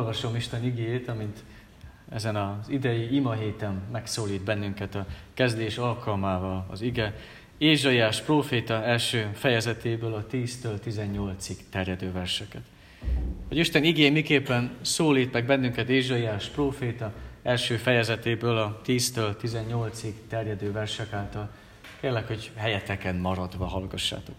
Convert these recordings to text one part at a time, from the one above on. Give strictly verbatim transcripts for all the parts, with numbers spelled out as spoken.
olvasom Isten igéjét, amint ezen az idei ima héten megszólít bennünket a kezdés alkalmával az ige. Ézsaiás próféta első fejezetéből a tíztől tizennyolcig terjedő verseket. Hogy Isten igéje miképpen szólít meg bennünket Ézsaiás próféta első fejezetéből a tíztől tizennyolcig terjedő versek által, kérlek, hogy helyeteken maradva hallgassátok.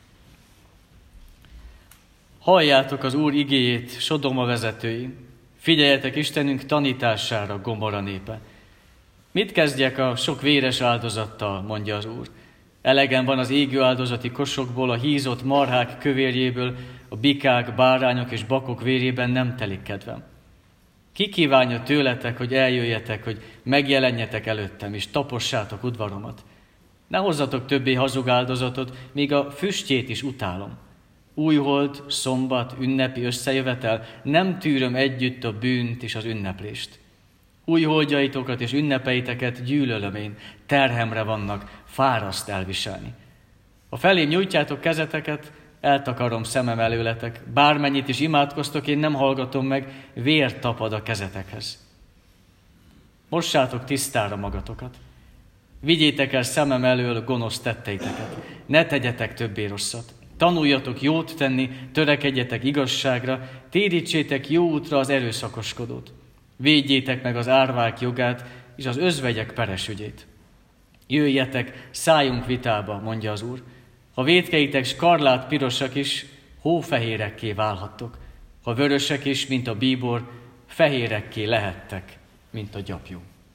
Halljátok az Úr igéjét, Sodoma vezetői, figyeljetek Istenünk tanítására, Gomorra népe. Mit kezdjek a sok véres áldozattal, mondja az Úr. Elegem van az égő áldozati kosokból, a hízott marhák kövérjéből, a bikák, bárányok és bakok vérében nem telik kedvem. Ki kívánja tőletek, hogy eljöjjetek, hogy megjelenjetek előttem, és tapossátok udvaromat? Ne hozzatok többé hazug áldozatot, még a füstjét is utálom. Újhold, szombat, ünnepi összejövetel, nem tűröm együtt a bűnt és az ünneplést. Újholdjaitokat és ünnepeiteket gyűlölöm én, terhemre vannak, fáraszt elviselni. Ha felém nyújtjátok kezeteket, eltakarom szemem előletek, bármennyit is imádkoztok, én nem hallgatom meg, vér tapad a kezetekhez. Mossátok tisztára magatokat, vigyétek el szemem elől gonosz tetteiteket, ne tegyetek többé rosszat. Tanuljatok jót tenni, törekedjetek igazságra, térítsétek jó útra az erőszakoskodót. Védjétek meg az árvák jogát és az özvegyek peres ügyét. Jöjjetek, szálljunk vitába, mondja az Úr. Ha vétkeitek skarlát pirosak is, hófehérekké válhattok. Ha vörösek is, mint a bíbor, fehérekké lehettek, mint a gyapjú.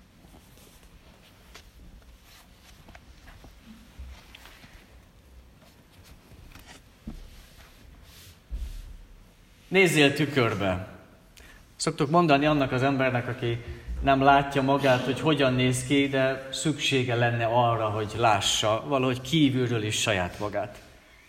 Nézzél tükörbe! Szoktuk mondani annak az embernek, aki nem látja magát, hogy hogyan néz ki, de szüksége lenne arra, hogy lássa valahogy kívülről is saját magát.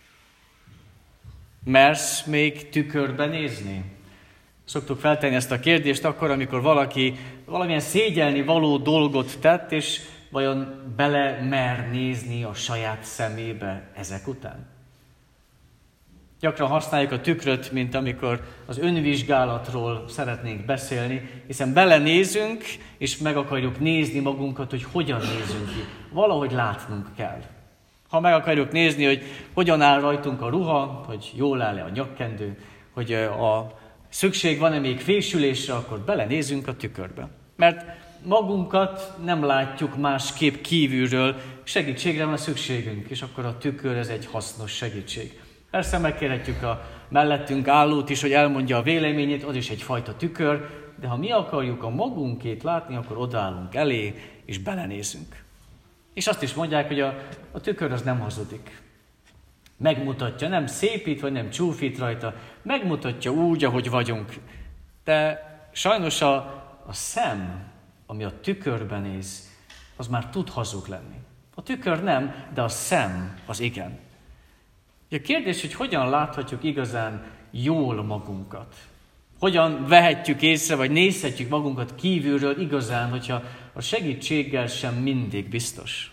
Mersz még tükörbe nézni? Szoktuk feltenni ezt a kérdést akkor, amikor valaki valamilyen szégyelni való dolgot tett, és vajon bele mer nézni a saját szemébe ezek után? Gyakran használjuk a tükröt, mint amikor az önvizsgálatról szeretnénk beszélni, hiszen belenézünk, és meg akarjuk nézni magunkat, hogy hogyan nézünk ki. Valahogy látnunk kell. Ha meg akarjuk nézni, hogy hogyan áll rajtunk a ruha, hogy jól áll-e a nyakkendő, hogy a szükség van-e még fésülésre, akkor belenézünk a tükörbe. Mert magunkat nem látjuk másképp kívülről, segítségre van szükségünk, és akkor a tükör ez egy hasznos segítség. Persze megkérhetjük a mellettünk állót is, hogy elmondja a véleményét, az is egyfajta tükör, de ha mi akarjuk a magunkét látni, akkor odaállunk elé, és belenézünk. És azt is mondják, hogy a, a tükör az nem hazudik. Megmutatja, nem szépít, vagy nem csúfít rajta, megmutatja úgy, ahogy vagyunk. De sajnos a, a szem, ami a tükörben néz, az már tud hazug lenni. A tükör nem, de a szem az igen. A kérdés, hogy hogyan láthatjuk igazán jól magunkat. Hogyan vehetjük észre, vagy nézhetjük magunkat kívülről igazán, hogyha a segítséggel sem mindig biztos.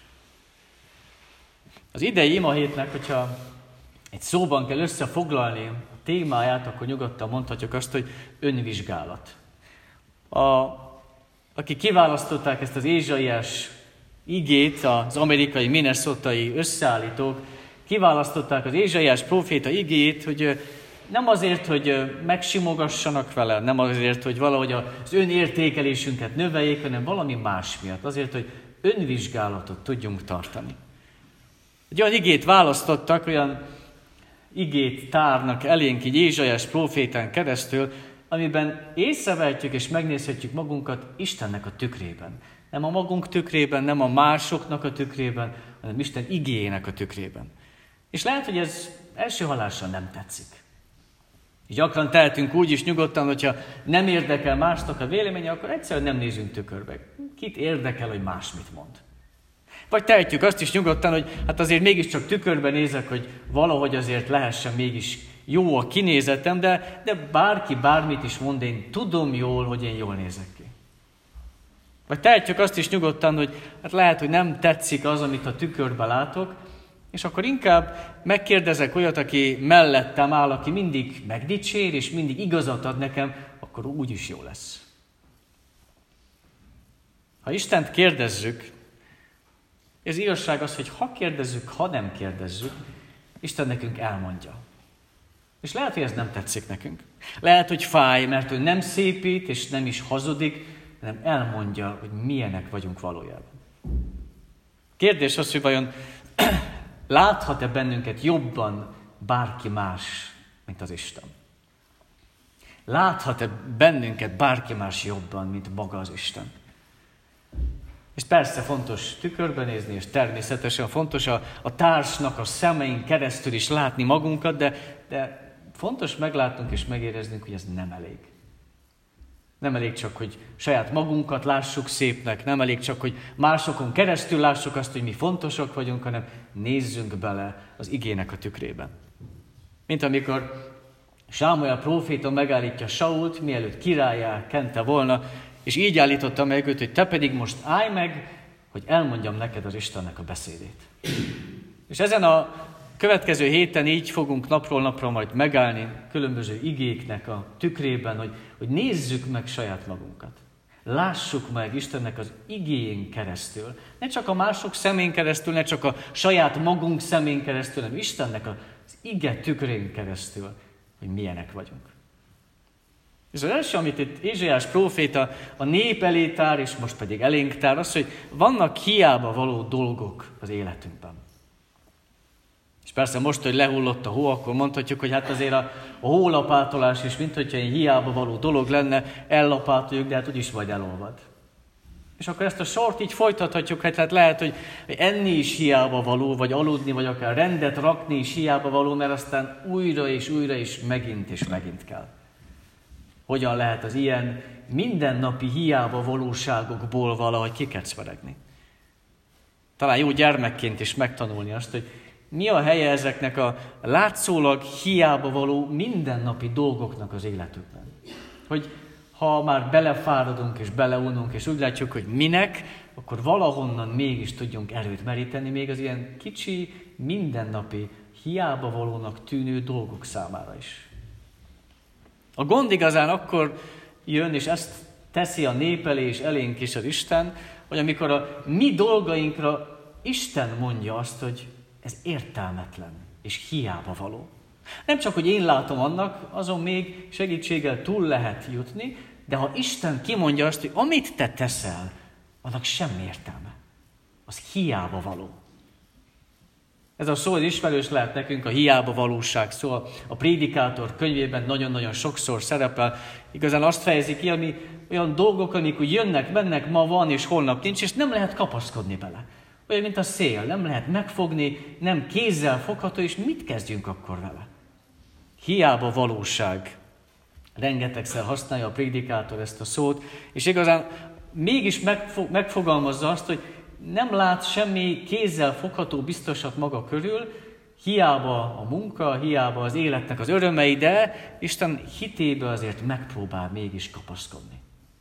Az idei ima hétnek, hogyha egy szóban kell összefoglalni a témáját, akkor nyugodtan mondhatjuk azt, hogy önvizsgálat. A, akik kiválasztották ezt az ézsaiás igét, az amerikai minnesotai összeállítók, kiválasztották az Ézsaiás próféta igéjét, hogy nem azért, hogy megsimogassanak vele, nem azért, hogy valahogy az önértékelésünket növeljék, hanem valami más miatt. Azért, hogy önvizsgálatot tudjunk tartani. Egy olyan igét választottak, olyan igét tárnak elénk így Ézsaiás prófétán keresztül, amiben észrevehetjük és megnézhetjük magunkat Istennek a tükrében. Nem a magunk tükrében, nem a másoknak a tükrében, hanem Isten igéjének a tükrében. És lehet, hogy ez első hallásra nem tetszik. És gyakran tehetünk úgy is nyugodtan, hogyha nem érdekel másnak a véleménye, akkor egyszerűen nem nézünk tükörbe. Kit érdekel, hogy más mit mond? Vagy tehetjük azt is nyugodtan, hogy hát azért mégiscsak tükörbe nézek, hogy valahogy azért lehessen mégis jó a kinézetem, de, de bárki bármit is mond, én tudom jól, hogy én jól nézek ki. Vagy tehetjük azt is nyugodtan, hogy hát lehet, hogy nem tetszik az, amit a tükörbe látok, és akkor inkább megkérdezek olyat, aki mellettem áll, aki mindig megdicsér, és mindig igazat ad nekem, akkor úgyis jó lesz. Ha Istent kérdezzük, ez igazság az, hogy ha kérdezzük, ha nem kérdezzük, Isten nekünk elmondja. És lehet, hogy ez nem tetszik nekünk. Lehet, hogy fáj, mert ő nem szépít, és nem is hazudik, hanem elmondja, hogy milyenek vagyunk valójában. Kérdés az, hogy vajon láthat-e bennünket jobban bárki más, mint az Isten? Láthat-e bennünket bárki más jobban, mint maga az Isten? És persze fontos tükörben nézni, és természetesen fontos a, a társnak a szemein keresztül is látni magunkat, de, de fontos meglátnunk és megéreznünk, hogy ez nem elég. Nem elég csak, hogy saját magunkat lássuk szépnek, nem elég csak, hogy másokon keresztül lássuk azt, hogy mi fontosak vagyunk, hanem nézzünk bele az igének a tükrében. Mint amikor Sámuel próféta megállítja Sault, mielőtt királlyá kente volna, és így állította meg őt, hogy te pedig most állj meg, hogy elmondjam neked az Istennek a beszédét. És ezen a következő héten így fogunk napról napra majd megállni különböző igéknek a tükrében, hogy, hogy nézzük meg saját magunkat. Lássuk meg Istennek az igéjén keresztül. Ne csak a mások szemén keresztül, ne csak a saját magunk szemén keresztül, hanem Istennek az ige tükrén keresztül, hogy milyenek vagyunk. És az első, amit itt Ézsaiás próféta a nép elé tár, és most pedig elénk tár, az, hogy vannak hiába való dolgok az életünkben. És persze most, hogy lehullott a hó, akkor mondhatjuk, hogy hát azért a, a hólapátolás is, mint hogyha egy hiába való dolog lenne, ellapátoljuk, de hát úgyis majd elolvad. És akkor ezt a sort így folytathatjuk, hát, hát lehet, hogy enni is hiába való, vagy aludni, vagy akár rendet rakni is hiába való, mert aztán újra és újra is megint és megint kell. Hogyan lehet az ilyen mindennapi hiába valóságokból valahogy kikecmeregni? Talán jó gyermekként is megtanulni azt, hogy mi a helye ezeknek a látszólag hiába való mindennapi dolgoknak az életükben. Hogy ha már belefáradunk és beleununk, és úgy látjuk, hogy minek, akkor valahonnan mégis tudjunk erőt meríteni, még az ilyen kicsi, mindennapi, hiába valónak tűnő dolgok számára is. A gond igazán akkor jön, és ezt teszi a nép elé és elénk is az Isten, hogy amikor a mi dolgainkra Isten mondja azt, hogy ez értelmetlen és hiába való. Nem csak, hogy én látom annak, azon még segítséggel túl lehet jutni, de ha Isten kimondja azt, hogy amit te teszel, annak semmi értelme. Az hiába való. Ez a szó az ismerős lehet nekünk, a hiába valóság szó. A Prédikátor könyvében nagyon-nagyon sokszor szerepel. Igazán azt fejezi ki, ami olyan dolgok, amik úgy jönnek, mennek, ma van és holnap nincs, és nem lehet kapaszkodni bele. Olyan, mint a szél, nem lehet megfogni, nem kézzel fogható, és mit kezdjünk akkor vele? Hiába valóság. Rengetegszer használja a Prédikátor ezt a szót, és igazán mégis megfog, megfogalmazza azt, hogy nem lát semmi kézzel fogható biztosat maga körül, hiába a munka, hiába az életnek az örömei, de Isten hitébe azért megpróbál mégis kapaszkodni.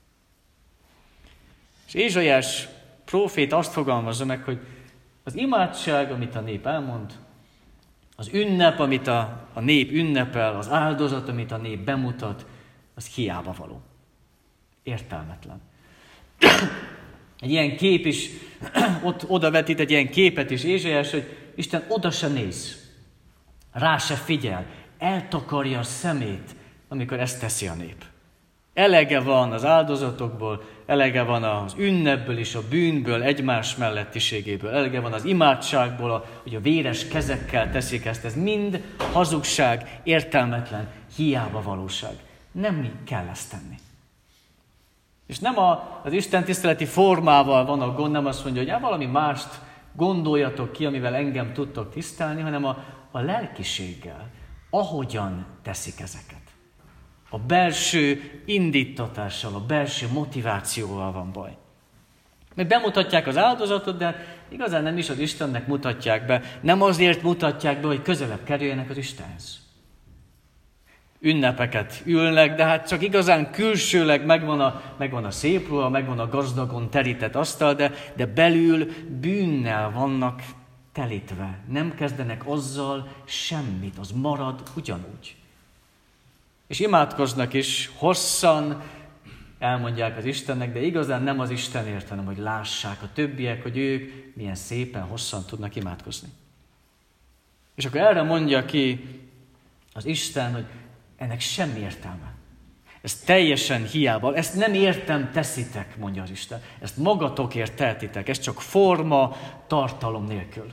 És Ézsaiás prófét azt fogalmazza meg, hogy az imádság, amit a nép elmond, az ünnep, amit a, a nép ünnepel, az áldozat, amit a nép bemutat, az hiába való. Értelmetlen. Egy ilyen kép is, ott oda vetít egy ilyen képet is Ézsaiás, hogy Isten oda se néz, rá se figyel, eltakarja a szemét, amikor ezt teszi a nép. Elege van az áldozatokból, elege van az ünnepből és a bűnből, egymás mellettiségéből, elege van az imádságból, a, hogy a véres kezekkel teszik ezt. Ez mind hazugság, értelmetlen, hiába valóság. Nem kell ezt tenni. És nem a, az Isten tiszteleti formával van a gond, nem azt mondja, hogy á, valami mást gondoljatok ki, amivel engem tudtok tisztelni, hanem a, a lelkiséggel, ahogyan teszik ezeket. A belső indítatással, a belső motivációval van baj. Mert bemutatják az áldozatot, de igazán nem is az Istennek mutatják be. Nem azért mutatják be, hogy közelebb kerüljenek az Istenhez. Ünnepeket ülnek, de hát csak igazán külsőleg megvan a, megvan a szép ruha, megvan a gazdagon terített asztal, de, de belül bűnnel vannak telítve. Nem kezdenek azzal semmit, az marad ugyanúgy. És imádkoznak is, hosszan elmondják az Istennek, de igazán nem az Istenért, hanem hogy lássák a többiek, hogy ők milyen szépen, hosszan tudnak imádkozni. És akkor erre mondja ki az Isten, hogy ennek semmi értelme. Ez teljesen hiába, ezt nem értem teszitek, mondja az Isten. Ezt magatokért tehetitek, ez csak forma, tartalom nélkül.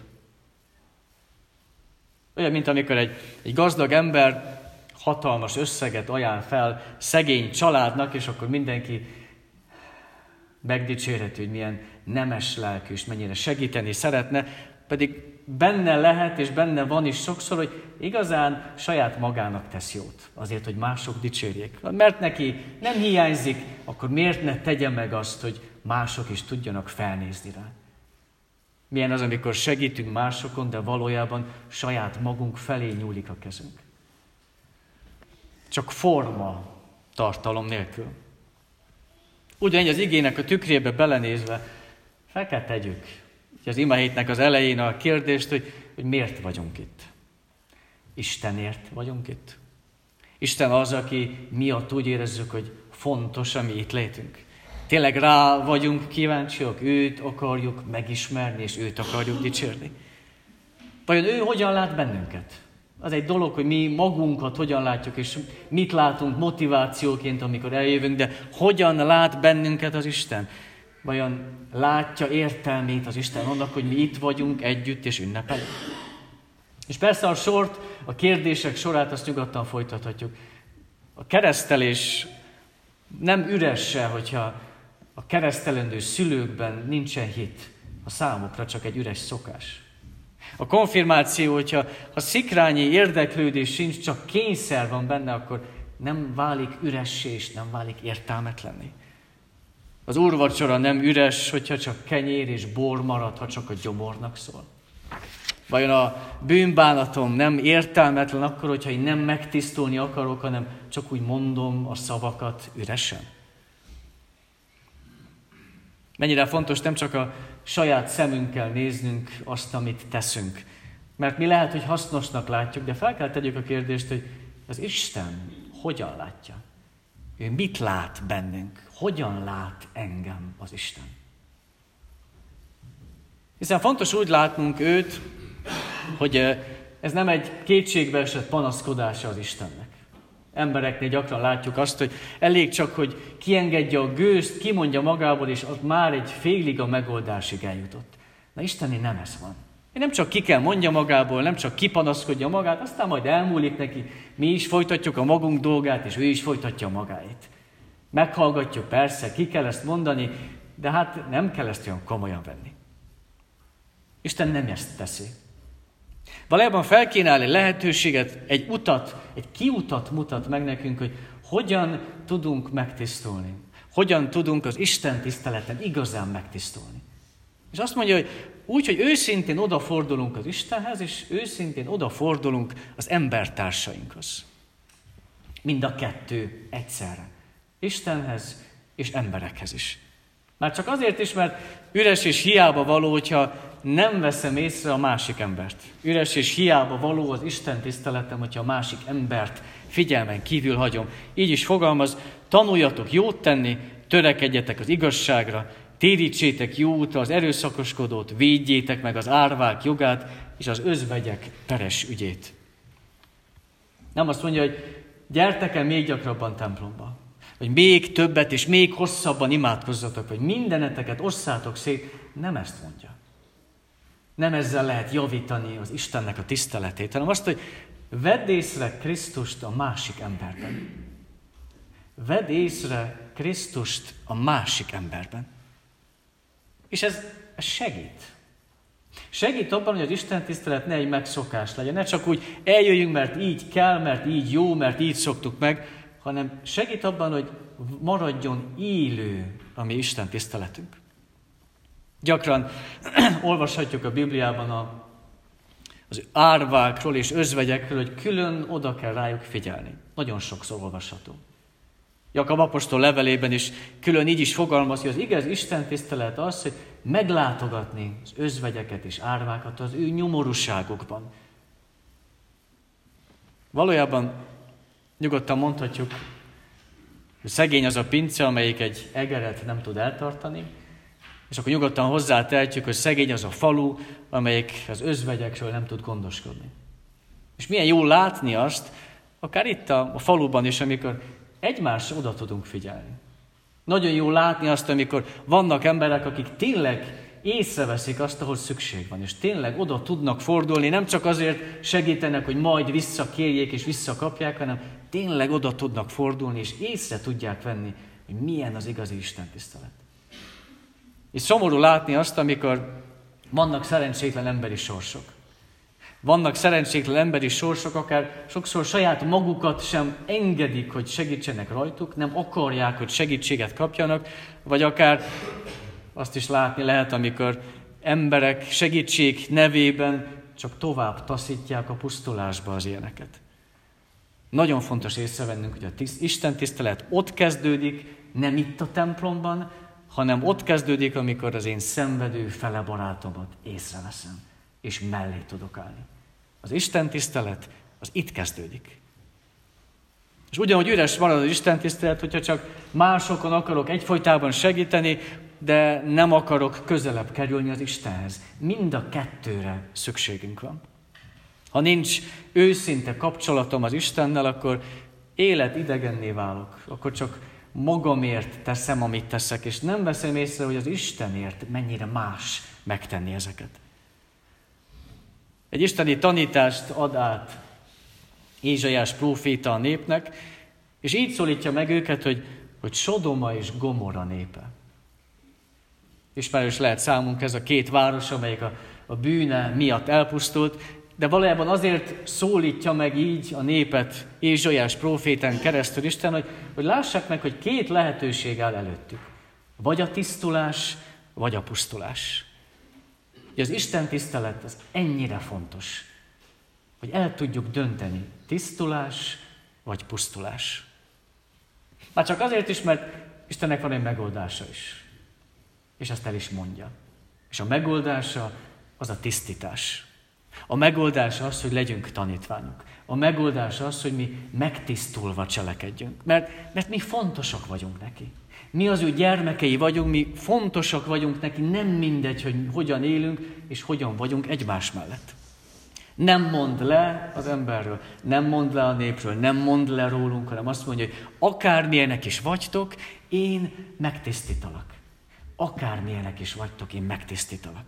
Olyan, mint amikor egy, egy gazdag ember hatalmas összeget ajánl fel szegény családnak, és akkor mindenki megdicsérhető, hogy milyen nemes lelkű, és mennyire segíteni szeretne, pedig benne lehet, és benne van is sokszor, hogy igazán saját magának tesz jót, azért, hogy mások dicsérjék. Mert neki nem hiányzik, akkor miért ne tegye meg azt, hogy mások is tudjanak felnézni rá. Milyen az, amikor segítünk másokon, de valójában saját magunk felé nyúlik a kezünk. Csak forma, tartalom nélkül. Ugyanígy az igének a tükrébe belenézve fel kell tegyük az imahétnek az elején a kérdést, hogy, hogy miért vagyunk itt. Istenért vagyunk itt. Isten az, aki miatt úgy érezzük, hogy fontos a mi itt létünk. Tényleg rá vagyunk kíváncsiak, őt akarjuk megismerni, és őt akarjuk dicsérni. Vajon ő hogyan lát bennünket? Az egy dolog, hogy mi magunkat hogyan látjuk, és mit látunk motivációként, amikor eljövünk, de hogyan lát bennünket az Isten? Vajon látja értelmét az Isten annak, hogy mi itt vagyunk együtt és ünnepelünk? És persze a sort, a kérdések sorát azt nyugodtan folytathatjuk. A keresztelés nem üres se, hogyha a keresztelendő szülőkben nincsen hit. A számukra csak egy üres szokás. A konfirmáció, hogyha ha szikrányi érdeklődés sincs, csak kényszer van benne, akkor nem válik üressé és nem válik értelmetlenné. Az úrvacsora nem üres, hogyha csak kenyér és bor marad, ha csak a gyomornak szól. Vajon a bűnbánatom nem értelmetlen akkor, hogyha én nem megtisztulni akarok, hanem csak úgy mondom a szavakat üresen? Mennyire fontos nem csak a saját szemünkkel néznünk azt, amit teszünk. Mert mi lehet, hogy hasznosnak látjuk, de fel kell tegyük a kérdést, hogy az Isten hogyan látja? Ő mit lát bennünk? Hogyan lát engem az Isten? Hiszen fontos úgy látnunk őt, hogy ez nem egy kétségbeesett panaszkodása az Istennek. Embereknél gyakran látjuk azt, hogy elég csak, hogy kiengedje a gőzt, kimondja magából, és az már egy félig a megoldásig eljutott. Na Istennél nem ez van. Nem csak ki kell mondja magából, nem csak kipanaszkodja magát, aztán majd elmúlik neki, mi is folytatjuk a magunk dolgát, és ő is folytatja a magáit. Meghallgatjuk, persze, ki kell ezt mondani, de hát nem kell ezt olyan komolyan venni. Isten nem ezt teszi. Valójában felkínál egy lehetőséget, egy utat, egy kiutat mutat meg nekünk, hogy hogyan tudunk megtisztulni. Hogyan tudunk az Isten tiszteleten igazán megtisztulni. És azt mondja, hogy úgy, hogy őszintén odafordulunk az Istenhez, és őszintén odafordulunk az embertársainkhoz. Mind a kettő egyszerre. Istenhez és emberekhez is. Már csak azért is, mert üres és hiába való, hogyha nem veszem észre a másik embert. Üres és hiába való az Isten tiszteletem, hogyha a másik embert figyelmen kívül hagyom. Így is fogalmaz, tanuljatok jót tenni, törekedjetek az igazságra, térítsétek jó útra az erőszakoskodót, védjétek meg az árvák jogát és az özvegyek peres ügyét. Nem azt mondja, hogy gyertek el még gyakrabban templomba, hogy még többet és még hosszabban imádkozzatok, hogy mindeneteket osszátok szét. Nem ezt mondja. Nem ezzel lehet javítani az Istennek a tiszteletét, hanem azt, hogy vedd észre Krisztust a másik emberben. Vedd észre Krisztust a másik emberben. És ez, ez segít. Segít abban, hogy az Isten tisztelet ne egy megszokás legyen. Ne csak úgy eljöjjünk, mert így kell, mert így jó, mert így szoktuk meg, hanem segít abban, hogy maradjon élő a mi Isten tiszteletünk. Gyakran olvashatjuk a Bibliában a, az árvákról és özvegyekről, hogy külön oda kell rájuk figyelni. Nagyon sokszor olvasható. Jakab apostol levelében is külön így is fogalmaz, hogy az igaz Isten tisztelet az, hogy meglátogatni az özvegyeket és árvákat az ő nyomorúságokban. Valójában Nyugodtan mondhatjuk, hogy szegény az a pince, amelyik egy egeret nem tud eltartani, és akkor nyugodtan hozzátehetjük, hogy szegény az a falu, amelyik az özvegyekről nem tud gondoskodni. És milyen jó látni azt, akár itt a, a faluban is, amikor egymásra oda tudunk figyelni. Nagyon jó látni azt, amikor vannak emberek, akik tényleg észreveszik azt, ahol szükség van, és tényleg oda tudnak fordulni, nem csak azért segítenek, hogy majd visszakérjék és visszakapják, hanem tényleg oda tudnak fordulni, és észre tudják venni, hogy milyen az igazi istentisztelet. És szomorú látni azt, amikor vannak szerencsétlen emberi sorsok. Vannak szerencsétlen emberi sorsok, akár sokszor saját magukat sem engedik, hogy segítsenek rajtuk, nem akarják, hogy segítséget kapjanak, vagy akár azt is látni lehet, amikor emberek segítség nevében csak tovább taszítják a pusztulásba az ilyeneket. Nagyon fontos észrevennünk, hogy a tiszt, Isten tisztelet ott kezdődik, nem itt a templomban, hanem ott kezdődik, amikor az én szenvedő fele barátomat észreveszem, és mellé tudok állni. Az Isten tisztelet az itt kezdődik. És ugyanúgy üres marad az Isten tisztelet, hogyha csak másokon akarok egyfolytában segíteni, de nem akarok közelebb kerülni az Istenhez. Mind a kettőre szükségünk van. Ha nincs őszinte kapcsolatom az Istennel, akkor életidegenné válok. Akkor csak magamért teszem, amit teszek, és nem veszem észre, hogy az Istenért mennyire más megtenni ezeket. Egy isteni tanítást ad át Ézsaiás próféta a népnek, és így szólítja meg őket, hogy, hogy Sodoma és Gomorra népe. Ismerős lehet számunkra ez a két város, amelyik a, a bűne miatt elpusztult, de valójában azért szólítja meg így a népet Ézsaiás prófétán keresztül Isten, hogy, hogy lássák meg, hogy két lehetőség áll előttük. Vagy a tisztulás, vagy a pusztulás. Ugye az Isten tisztelet az ennyire fontos, hogy el tudjuk dönteni, tisztulás vagy pusztulás. Már csak azért is, mert Istennek van egy megoldása is. És ezt el is mondja. És a megoldása az a tisztítás. A megoldás az, hogy legyünk tanítványok. A megoldás az, hogy mi megtisztulva cselekedjünk. Mert, mert mi fontosak vagyunk neki. Mi az ő gyermekei vagyunk, mi fontosak vagyunk neki, nem mindegy, hogy hogyan élünk, és hogyan vagyunk egymás mellett. Nem mond le az emberről, nem mond le a népről, nem mond le rólunk, hanem azt mondja, hogy akármilyenek is vagytok, én megtisztítalak. Akármilyenek is vagytok, én megtisztítalak.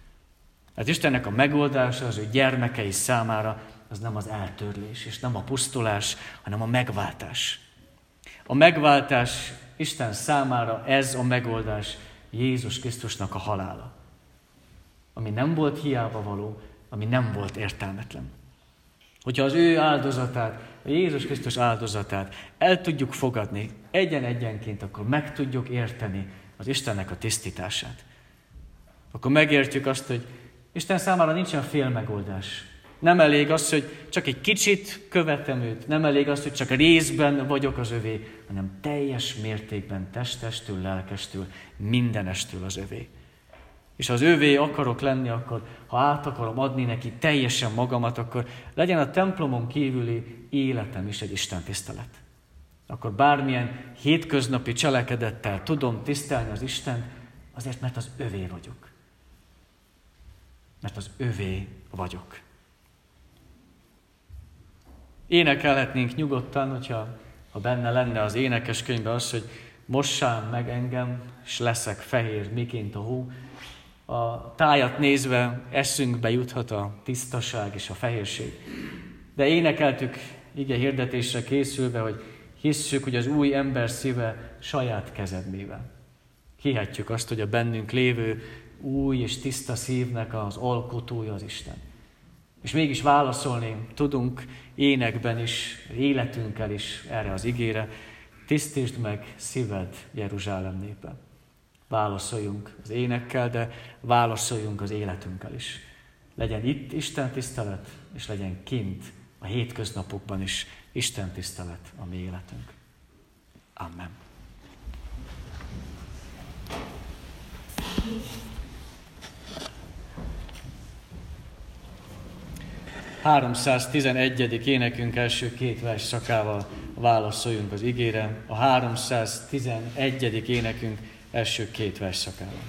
Hát Istennek a megoldása az ő gyermekei számára az nem az eltörlés, és nem a pusztulás, hanem a megváltás. A megváltás Isten számára ez a megoldás Jézus Krisztusnak a halála. Ami nem volt hiába való, ami nem volt értelmetlen. Hogyha az ő áldozatát, a Jézus Krisztus áldozatát el tudjuk fogadni egyen-egyenként, akkor meg tudjuk érteni az Istennek a tisztítását. Akkor megértjük azt, hogy Isten számára nincsen fél megoldás. Nem elég az, hogy csak egy kicsit követem őt, nem elég az, hogy csak részben vagyok az övé, hanem teljes mértékben testestől, lelkestől, mindenestől az övé. És ha az övé akarok lenni, akkor ha át akarom adni neki teljesen magamat, akkor legyen a templomon kívüli életem is egy Isten tisztelet. Akkor bármilyen hétköznapi cselekedettel tudom tisztelni az Istent, azért, mert az övé vagyok. Mert az övé vagyok. Énekelhetnénk nyugodtan, hogyha ha benne lenne az énekeskönyvben az, hogy mossám meg engem, s leszek fehér, miként a hó. A tájat nézve eszünkbe juthat a tisztaság és a fehérség. De énekeltük ige hirdetésre készülve, hogy hisszük, hogy az új ember szíve saját kezedmével. Hihetjük azt, hogy a bennünk lévő új és tiszta szívnek az alkotója az Isten. És mégis válaszolni tudunk énekben is, életünkkel is erre az igére. Tisztítsd meg szíved, Jeruzsálem népe. Válaszoljunk az énekkel, de válaszoljunk az életünkkel is. Legyen itt Isten tisztelet, és legyen kint a hétköznapokban is Isten tisztelet a mi életünk. Amen. háromszáztizenegyedik énekünk első két versszakával válaszoljunk az igére a háromszáztizenegyedik énekünk első két versszakában.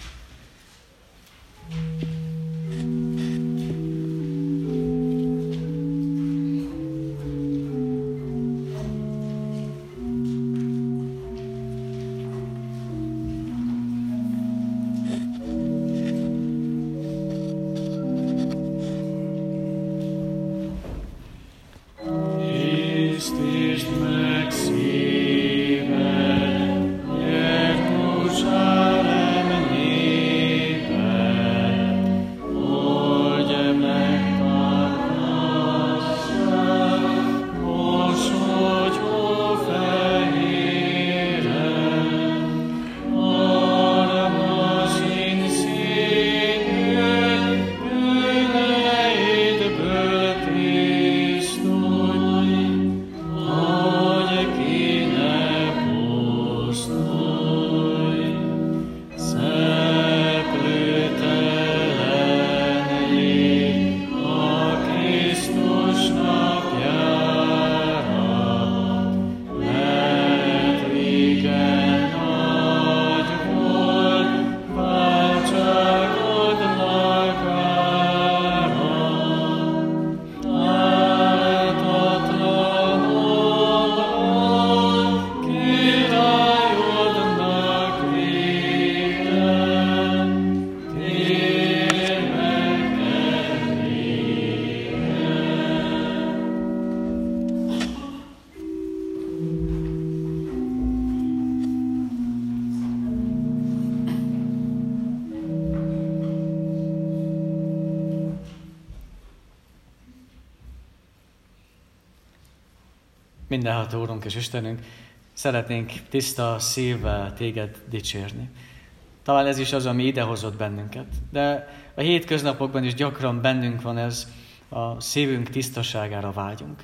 Mindenható Úrunk és Istenünk, szeretnénk tiszta szívvel téged dicsérni. Talán ez is az, ami idehozott bennünket. De a hétköznapokban is gyakran bennünk van ez, a szívünk tisztaságára vágyunk.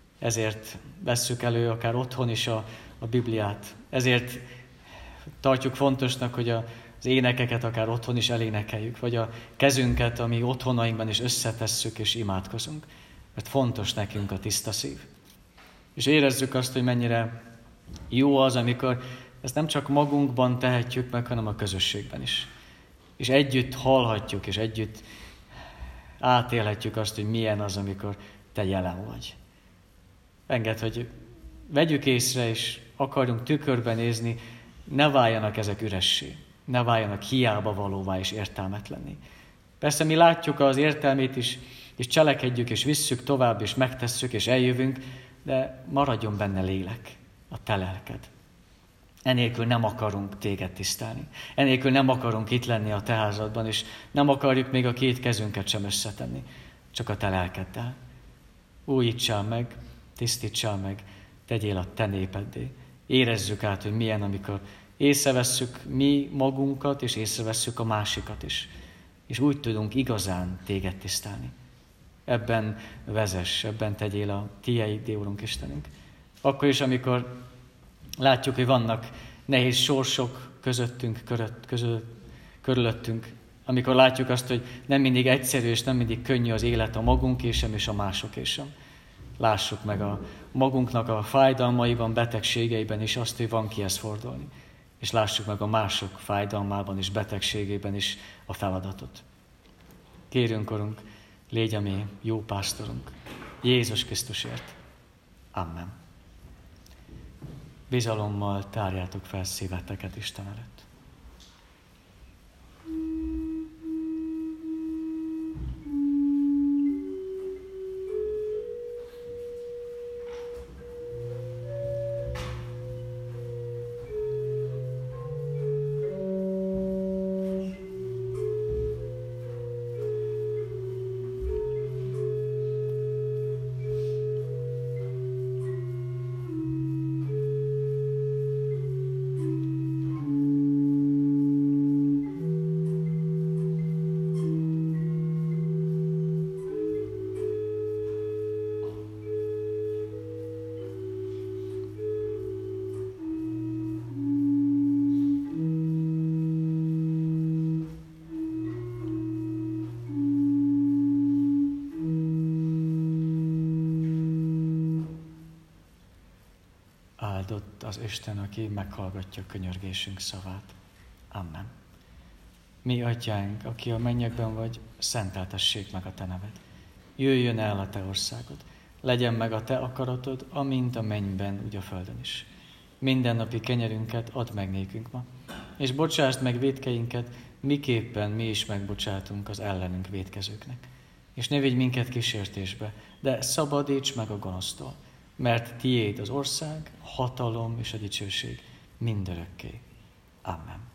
Ezért vesszük elő akár otthon is a, a Bibliát. Ezért tartjuk fontosnak, hogy a, az énekeket akár otthon is elénekeljük, vagy a kezünket, ami otthonainkban is összetesszük és imádkozunk. Mert fontos nekünk a tiszta szív. És érezzük azt, hogy mennyire jó az, amikor ezt nem csak magunkban tehetjük meg, hanem a közösségben is. És együtt hallhatjuk, és együtt átélhetjük azt, hogy milyen az, amikor te jelen vagy. Engedd, hogy vegyük észre, és akarjunk tükörben nézni, ne váljanak ezek üressé, ne váljanak hiába valóvá és értelmetlenné. Persze mi látjuk az értelmét is, és cselekedjük, és visszük tovább, és megtesszük, és eljövünk, de maradjon benne lélek, a te lelked. Enélkül nem akarunk téged tisztelni. Enélkül nem akarunk itt lenni a te házadban, és nem akarjuk még a két kezünket sem összetenni, csak a te lelkeddel. Újítsál meg, tisztítsál meg, tegyél a te népeddé. Érezzük át, hogy milyen, amikor észrevesszük mi magunkat, és észrevesszük a másikat is. És úgy tudunk igazán téged tisztelni. Ebben vezess, ebben tegyél a tiéd, Úrunk Istenünk. Akkor is, amikor látjuk, hogy vannak nehéz sorsok közöttünk, körött, között, körülöttünk, amikor látjuk azt, hogy nem mindig egyszerű és nem mindig könnyű az élet a magunké sem és a másoké sem. Lássuk meg a magunknak a fájdalmaiban, betegségeiben is azt, hogy van kihez fordulni. És lássuk meg a mások fájdalmában és betegségében is a feladatot. Kérjünk, Urunk, légy a mi jó pásztorunk, Jézus Krisztusért. Amen. Bizalommal tárjátok fel szíveteket Isten előtt. az Isten, aki meghallgatja könyörgésünk szavát. Amen. Mi atyánk, aki a mennyekben vagy, szenteltessék meg a te neved. Jöjjön el a te országod. Legyen meg a te akaratod, amint a mennyben, úgy a földön is. Mindennapi kenyerünket add meg nékünk ma, és bocsásd meg vétkeinket, miképpen mi is megbocsátunk az ellenünk vétkezőknek. És ne vigy minket kísértésbe, de szabadíts meg a gonosztól, mert tiéd az ország, a hatalom és a dicsőség mindörökké. Amen.